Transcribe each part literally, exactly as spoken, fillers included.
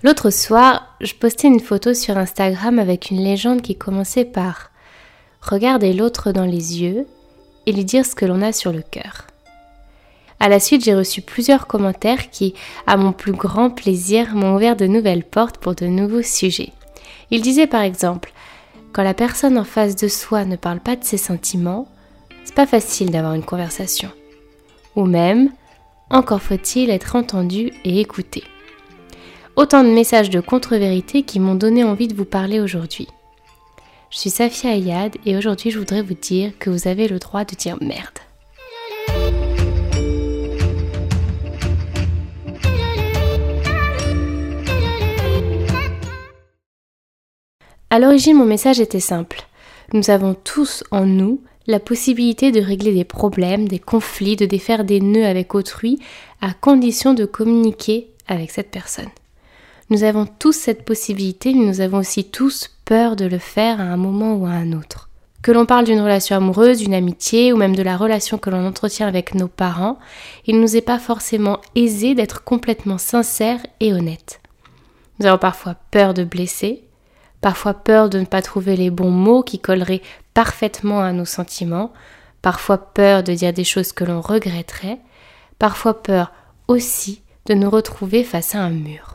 L'autre soir, je postais une photo sur Instagram avec une légende qui commençait par « Regarder l'autre dans les yeux et lui dire ce que l'on a sur le cœur ». À la suite, j'ai reçu plusieurs commentaires qui, à mon plus grand plaisir, m'ont ouvert de nouvelles portes pour de nouveaux sujets. Ils disaient par exemple « Quand la personne en face de soi ne parle pas de ses sentiments, c'est pas facile d'avoir une conversation. » Ou même « Encore faut-il être entendu et écouté ». Autant de messages de contre-vérité qui m'ont donné envie de vous parler aujourd'hui. Je suis Safia Ayad et aujourd'hui je voudrais vous dire que vous avez le droit de dire merde. À l'origine, mon message était simple. Nous avons tous en nous la possibilité de régler des problèmes, des conflits, de défaire des nœuds avec autrui, à condition de communiquer avec cette personne. Nous avons tous cette possibilité, mais nous avons aussi tous peur de le faire à un moment ou à un autre. Que l'on parle d'une relation amoureuse, d'une amitié ou même de la relation que l'on entretient avec nos parents, il ne nous est pas forcément aisé d'être complètement sincère et honnête. Nous avons parfois peur de blesser, parfois peur de ne pas trouver les bons mots qui colleraient parfaitement à nos sentiments, parfois peur de dire des choses que l'on regretterait, parfois peur aussi de nous retrouver face à un mur.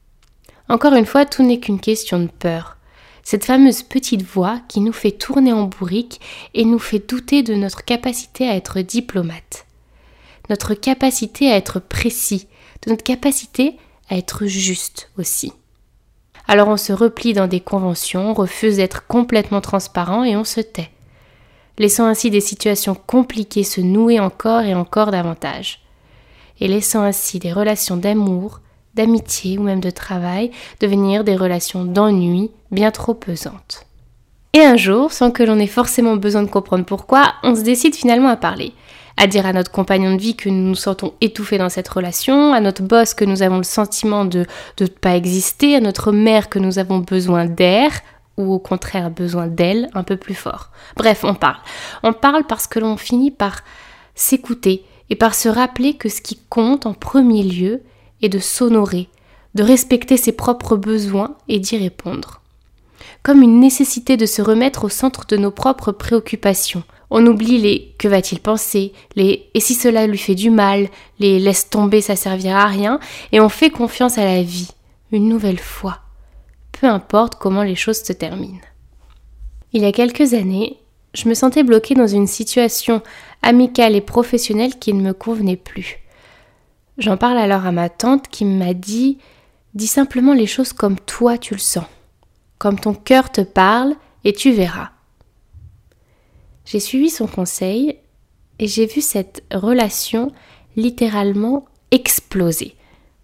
Encore une fois, tout n'est qu'une question de peur. Cette fameuse petite voix qui nous fait tourner en bourrique et nous fait douter de notre capacité à être diplomate, notre capacité à être précis, de notre capacité à être juste aussi. Alors on se replie dans des conventions, on refuse d'être complètement transparent et on se tait, laissant ainsi des situations compliquées se nouer encore et encore davantage, et laissant ainsi des relations d'amour, d'amitié ou même de travail devenir des relations d'ennui bien trop pesantes. Et un jour, sans que l'on ait forcément besoin de comprendre pourquoi, on se décide finalement à parler, à dire à notre compagnon de vie que nous nous sentons étouffés dans cette relation, à notre boss que nous avons le sentiment de ne pas exister, à notre mère que nous avons besoin d'air, ou au contraire besoin d'elle un peu plus fort. Bref, on parle. On parle parce que l'on finit par s'écouter et par se rappeler que ce qui compte en premier lieu est de s'honorer, de respecter ses propres besoins et d'y répondre. Comme une nécessité de se remettre au centre de nos propres préoccupations. On oublie les « que va-t-il penser ?», les « et si cela lui fait du mal ?», les « laisse tomber, ça servira à rien » et on fait confiance à la vie, une nouvelle fois, peu importe comment les choses se terminent. Il y a quelques années, je me sentais bloquée dans une situation amicale et professionnelle qui ne me convenait plus. J'en parle alors à ma tante qui m'a dit « Dis simplement les choses comme toi tu le sens, comme ton cœur te parle et tu verras. » J'ai suivi son conseil et j'ai vu cette relation littéralement exploser.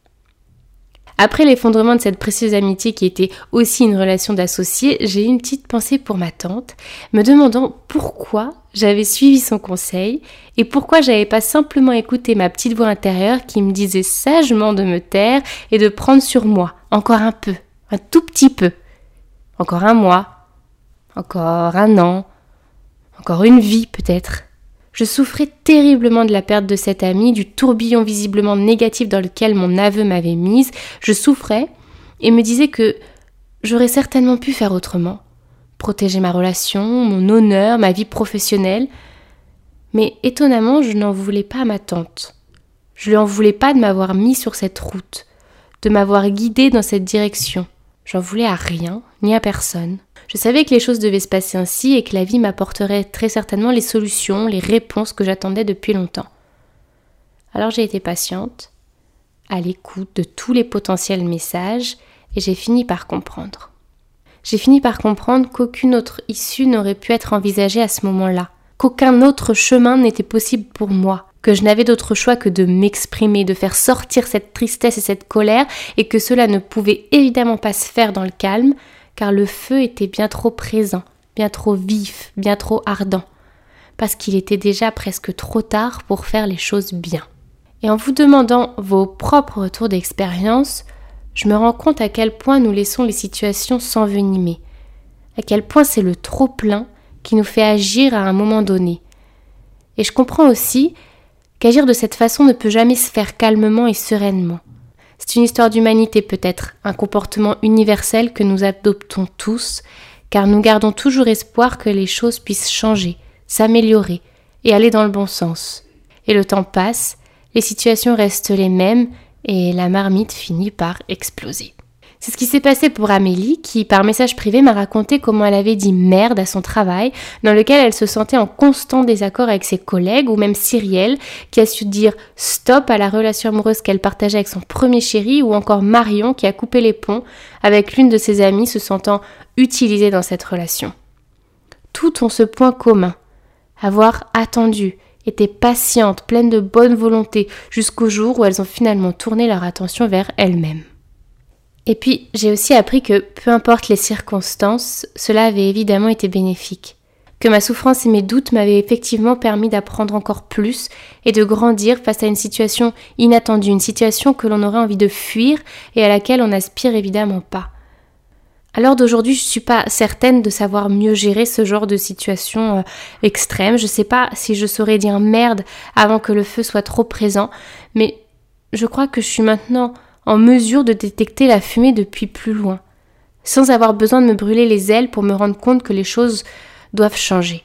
Après l'effondrement de cette précieuse amitié qui était aussi une relation d'associés, j'ai eu une petite pensée pour ma tante, me demandant pourquoi j'avais suivi son conseil et pourquoi j'avais pas simplement écouté ma petite voix intérieure qui me disait sagement de me taire et de prendre sur moi, encore un peu, un tout petit peu, encore un mois, encore un an, encore une vie peut-être. Je souffrais terriblement de la perte de cette amie, du tourbillon visiblement négatif dans lequel mon aveu m'avait mise. Je souffrais et me disais que j'aurais certainement pu faire autrement. Protéger ma relation, mon honneur, ma vie professionnelle. Mais étonnamment, je n'en voulais pas à ma tante. Je lui en voulais pas de m'avoir mis sur cette route, de m'avoir guidée dans cette direction. J'en voulais à rien, ni à personne. Je savais que les choses devaient se passer ainsi et que la vie m'apporterait très certainement les solutions, les réponses que j'attendais depuis longtemps. Alors j'ai été patiente, à l'écoute de tous les potentiels messages et j'ai fini par comprendre. J'ai fini par comprendre qu'aucune autre issue n'aurait pu être envisagée à ce moment-là, qu'aucun autre chemin n'était possible pour moi, que je n'avais d'autre choix que de m'exprimer, de faire sortir cette tristesse et cette colère et que cela ne pouvait évidemment pas se faire dans le calme, car le feu était bien trop présent, bien trop vif, bien trop ardent, parce qu'il était déjà presque trop tard pour faire les choses bien. Et en vous demandant vos propres retours d'expérience, je me rends compte à quel point nous laissons les situations s'envenimer, à quel point c'est le trop-plein qui nous fait agir à un moment donné. Et je comprends aussi qu'agir de cette façon ne peut jamais se faire calmement et sereinement. C'est une histoire d'humanité peut-être, un comportement universel que nous adoptons tous, car nous gardons toujours espoir que les choses puissent changer, s'améliorer et aller dans le bon sens. Et le temps passe, les situations restent les mêmes et la marmite finit par exploser. C'est ce qui s'est passé pour Amélie qui, par message privé, m'a raconté comment elle avait dit merde à son travail, dans lequel elle se sentait en constant désaccord avec ses collègues, ou même Cyrielle, qui a su dire stop à la relation amoureuse qu'elle partageait avec son premier chéri, ou encore Marion qui a coupé les ponts avec l'une de ses amies se sentant utilisée dans cette relation. Toutes ont ce point commun, avoir attendu, été patientes, pleines de bonne volonté, jusqu'au jour où elles ont finalement tourné leur attention vers elles-mêmes. Et puis, j'ai aussi appris que, peu importe les circonstances, cela avait évidemment été bénéfique. Que ma souffrance et mes doutes m'avaient effectivement permis d'apprendre encore plus et de grandir face à une situation inattendue, une situation que l'on aurait envie de fuir et à laquelle on n'aspire évidemment pas. À l'heure d'aujourd'hui, je ne suis pas certaine de savoir mieux gérer ce genre de situation euh, extrême. Je ne sais pas si je saurais dire merde avant que le feu soit trop présent, mais je crois que je suis maintenant en mesure de détecter la fumée depuis plus loin, sans avoir besoin de me brûler les ailes pour me rendre compte que les choses doivent changer.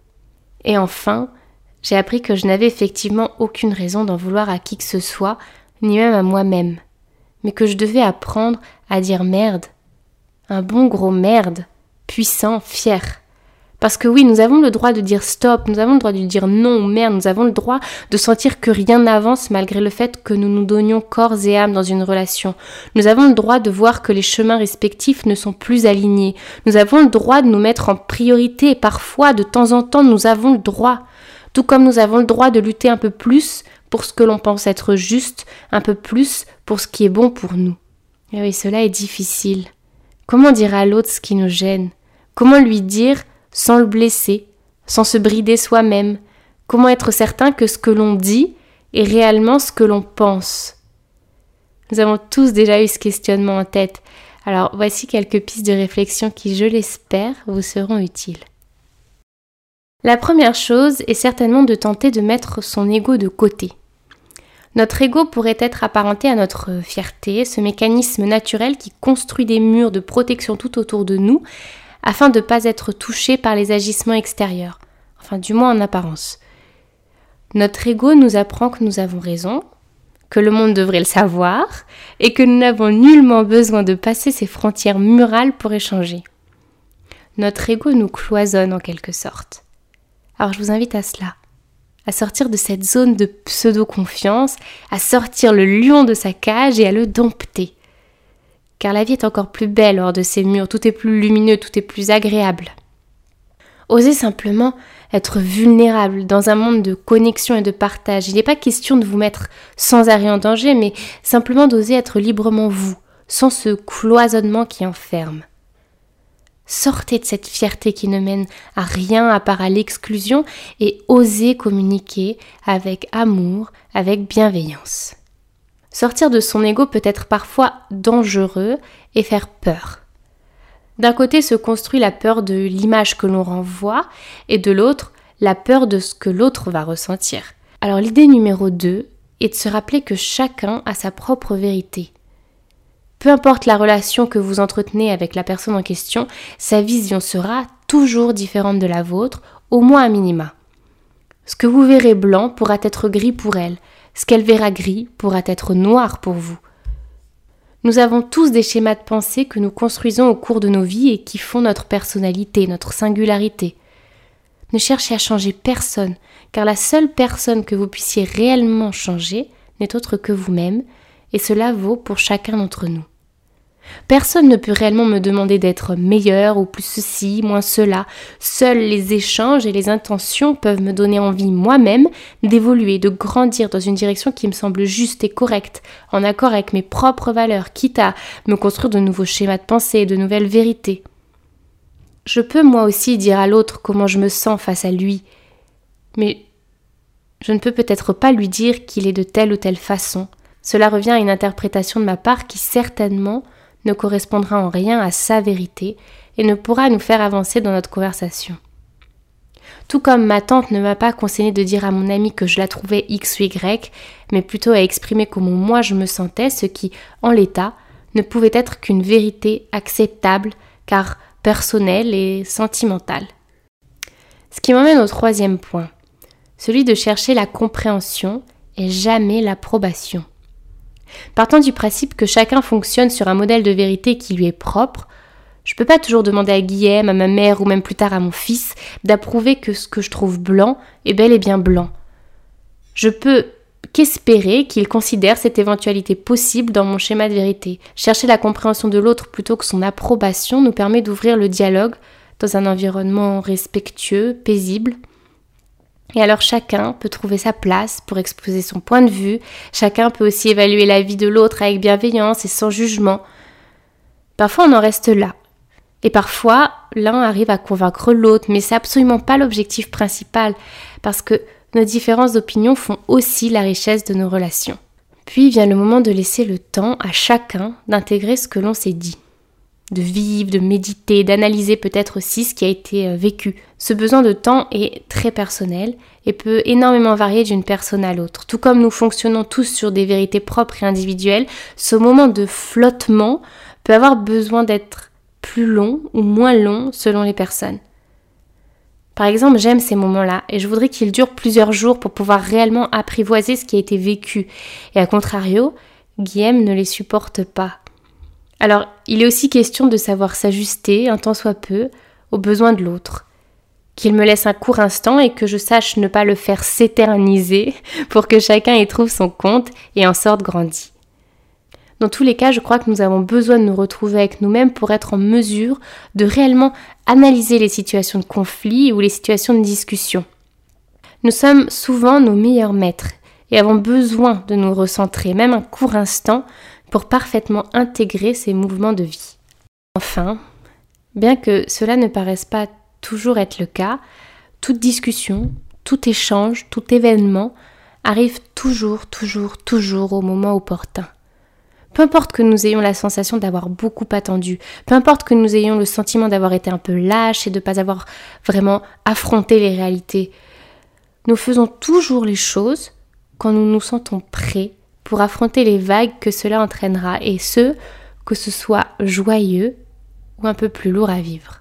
Et enfin, j'ai appris que je n'avais effectivement aucune raison d'en vouloir à qui que ce soit, ni même à moi-même, mais que je devais apprendre à dire merde, un bon gros merde, puissant, fier. Parce que oui, nous avons le droit de dire stop, nous avons le droit de dire non ou merde, nous avons le droit de sentir que rien n'avance malgré le fait que nous nous donnions corps et âme dans une relation. Nous avons le droit de voir que les chemins respectifs ne sont plus alignés. Nous avons le droit de nous mettre en priorité et parfois, de temps en temps, nous avons le droit. Tout comme nous avons le droit de lutter un peu plus pour ce que l'on pense être juste, un peu plus pour ce qui est bon pour nous. Et oui, cela est difficile. Comment dire à l'autre ce qui nous gêne ? Comment lui dire sans le blesser, sans se brider soi-même? Comment être certain que ce que l'on dit est réellement ce que l'on pense? Nous avons tous déjà eu ce questionnement en tête. Alors voici quelques pistes de réflexion qui, je l'espère, vous seront utiles. La première chose est certainement de tenter de mettre son ego de côté. Notre ego pourrait être apparenté à notre fierté, ce mécanisme naturel qui construit des murs de protection tout autour de nous, afin de ne pas être touché par les agissements extérieurs, enfin du moins en apparence. Notre ego nous apprend que nous avons raison, que le monde devrait le savoir, et que nous n'avons nullement besoin de passer ces frontières murales pour échanger. Notre ego nous cloisonne en quelque sorte. Alors je vous invite à cela, à sortir de cette zone de pseudo-confiance, à sortir le lion de sa cage et à le dompter. Car la vie est encore plus belle hors de ces murs, tout est plus lumineux, tout est plus agréable. Osez simplement être vulnérable dans un monde de connexion et de partage. Il n'est pas question de vous mettre sans arrêt en danger, mais simplement d'oser être librement vous, sans ce cloisonnement qui enferme. Sortez de cette fierté qui ne mène à rien à part à l'exclusion et osez communiquer avec amour, avec bienveillance. Sortir de son ego peut être parfois dangereux et faire peur. D'un côté se construit la peur de l'image que l'on renvoie et de l'autre, la peur de ce que l'autre va ressentir. Alors l'idée numéro deux est de se rappeler que chacun a sa propre vérité. Peu importe la relation que vous entretenez avec la personne en question, sa vision sera toujours différente de la vôtre, au moins à minima. Ce que vous verrez blanc pourra être gris pour elle. Ce qu'elle verra gris pourra être noir pour vous. Nous avons tous des schémas de pensée que nous construisons au cours de nos vies et qui font notre personnalité, notre singularité. Ne cherchez à changer personne, car la seule personne que vous puissiez réellement changer n'est autre que vous-même, et cela vaut pour chacun d'entre nous. Personne ne peut réellement me demander d'être meilleur ou plus ceci, moins cela. Seuls les échanges et les intentions peuvent me donner envie moi-même d'évoluer, de grandir dans une direction qui me semble juste et correcte, en accord avec mes propres valeurs, quitte à me construire de nouveaux schémas de pensée et de nouvelles vérités. Je peux moi aussi dire à l'autre comment je me sens face à lui, mais je ne peux peut-être pas lui dire qu'il est de telle ou telle façon. Cela revient à une interprétation de ma part qui certainement ne correspondra en rien à sa vérité et ne pourra nous faire avancer dans notre conversation. Tout comme ma tante ne m'a pas conseillé de dire à mon amie que je la trouvais X ou Y, mais plutôt à exprimer comment moi je me sentais, ce qui, en l'état, ne pouvait être qu'une vérité acceptable, car personnelle et sentimentale. Ce qui m'emmène au troisième point, celui de chercher la compréhension et jamais l'approbation. Partant du principe que chacun fonctionne sur un modèle de vérité qui lui est propre, je ne peux pas toujours demander à Guillaume, à ma mère ou même plus tard à mon fils d'approuver que ce que je trouve blanc est bel et bien blanc. Je peux qu'espérer qu'il considère cette éventualité possible dans mon schéma de vérité. Chercher la compréhension de l'autre plutôt que son approbation nous permet d'ouvrir le dialogue dans un environnement respectueux, paisible. Et alors chacun peut trouver sa place pour exposer son point de vue, chacun peut aussi évaluer la vie de l'autre avec bienveillance et sans jugement. Parfois on en reste là, et parfois l'un arrive à convaincre l'autre, mais c'est absolument pas l'objectif principal, parce que nos différences d'opinion font aussi la richesse de nos relations. Puis vient le moment de laisser le temps à chacun d'intégrer ce que l'on s'est dit. De vivre, de méditer, d'analyser peut-être aussi ce qui a été vécu. Ce besoin de temps est très personnel et peut énormément varier d'une personne à l'autre. Tout comme nous fonctionnons tous sur des vérités propres et individuelles, ce moment de flottement peut avoir besoin d'être plus long ou moins long selon les personnes. Par exemple, j'aime ces moments-là et je voudrais qu'ils durent plusieurs jours pour pouvoir réellement apprivoiser ce qui a été vécu. Et à contrario, Guillaume ne les supporte pas. Alors, il est aussi question de savoir s'ajuster, un tant soit peu, aux besoins de l'autre. Qu'il me laisse un court instant et que je sache ne pas le faire s'éterniser pour que chacun y trouve son compte et en sorte grandi. Dans tous les cas, je crois que nous avons besoin de nous retrouver avec nous-mêmes pour être en mesure de réellement analyser les situations de conflit ou les situations de discussion. Nous sommes souvent nos meilleurs maîtres et avons besoin de nous recentrer, même un court instant, pour parfaitement intégrer ces mouvements de vie. Enfin, bien que cela ne paraisse pas toujours être le cas, toute discussion, tout échange, tout événement arrive toujours, toujours, toujours au moment opportun. Peu importe que nous ayons la sensation d'avoir beaucoup attendu, peu importe que nous ayons le sentiment d'avoir été un peu lâches et de ne pas avoir vraiment affronté les réalités, nous faisons toujours les choses quand nous nous sentons prêts pour affronter les vagues que cela entraînera, et ce, que ce soit joyeux ou un peu plus lourd à vivre.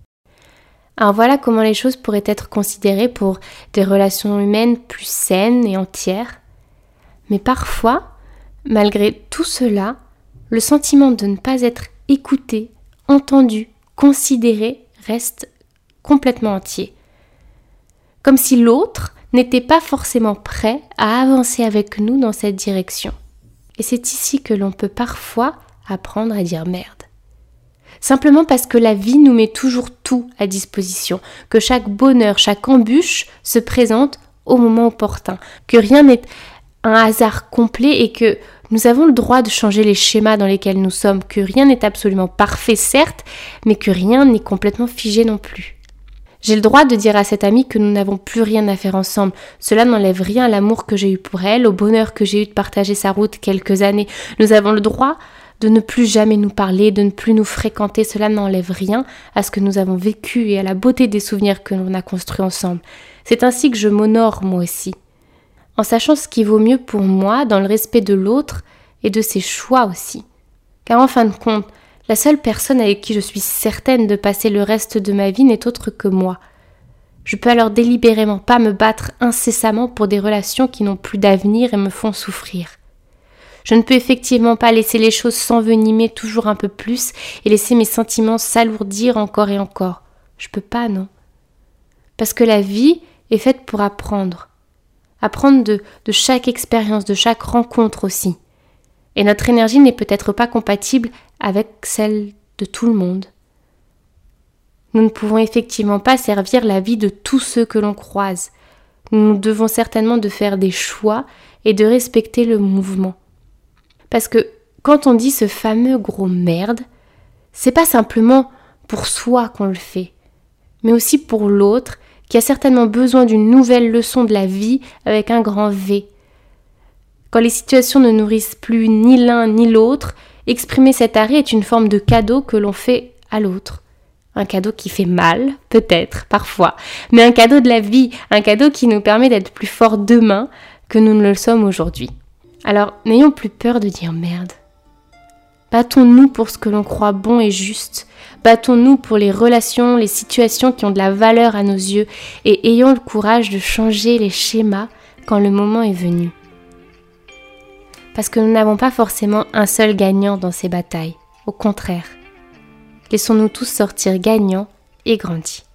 Alors voilà comment les choses pourraient être considérées pour des relations humaines plus saines et entières. Mais parfois, malgré tout cela, le sentiment de ne pas être écouté, entendu, considéré reste complètement entier. Comme si l'autre n'était pas forcément prêt à avancer avec nous dans cette direction. Et c'est ici que l'on peut parfois apprendre à dire merde. Simplement parce que la vie nous met toujours tout à disposition, que chaque bonheur, chaque embûche se présente au moment opportun, que rien n'est un hasard complet et que nous avons le droit de changer les schémas dans lesquels nous sommes, que rien n'est absolument parfait certes, mais que rien n'est complètement figé non plus. J'ai le droit de dire à cette amie que nous n'avons plus rien à faire ensemble. Cela n'enlève rien à l'amour que j'ai eu pour elle, au bonheur que j'ai eu de partager sa route quelques années. Nous avons le droit de ne plus jamais nous parler, de ne plus nous fréquenter. Cela n'enlève rien à ce que nous avons vécu et à la beauté des souvenirs que l'on a construits ensemble. C'est ainsi que je m'honore moi aussi, en sachant ce qui vaut mieux pour moi dans le respect de l'autre et de ses choix aussi. Car en fin de compte, la seule personne avec qui je suis certaine de passer le reste de ma vie n'est autre que moi. Je peux alors délibérément pas me battre incessamment pour des relations qui n'ont plus d'avenir et me font souffrir. Je ne peux effectivement pas laisser les choses s'envenimer toujours un peu plus et laisser mes sentiments s'alourdir encore et encore. Je peux pas, non. Parce que la vie est faite pour apprendre. Apprendre de, de chaque expérience, de chaque rencontre aussi. Et notre énergie n'est peut-être pas compatible avec celle de tout le monde. Nous ne pouvons effectivement pas servir la vie de tous ceux que l'on croise. Nous devons certainement de faire des choix et de respecter le mouvement. Parce que quand on dit ce fameux gros merde, c'est pas simplement pour soi qu'on le fait, mais aussi pour l'autre qui a certainement besoin d'une nouvelle leçon de la vie avec un grand V. Quand les situations ne nourrissent plus ni l'un ni l'autre, exprimer cet arrêt est une forme de cadeau que l'on fait à l'autre. un cadeau qui fait mal, peut-être, parfois, mais un cadeau de la vie, un cadeau qui nous permet d'être plus forts demain que nous ne le sommes aujourd'hui. Alors, n'ayons plus peur de dire merde. Battons-nous pour ce que l'on croit bon et juste. Battons-nous pour les relations, les situations qui ont de la valeur à nos yeux et ayons le courage de changer les schémas quand le moment est venu. Parce que nous n'avons pas forcément un seul gagnant dans ces batailles. Au contraire, laissons-nous tous sortir gagnants et grandis.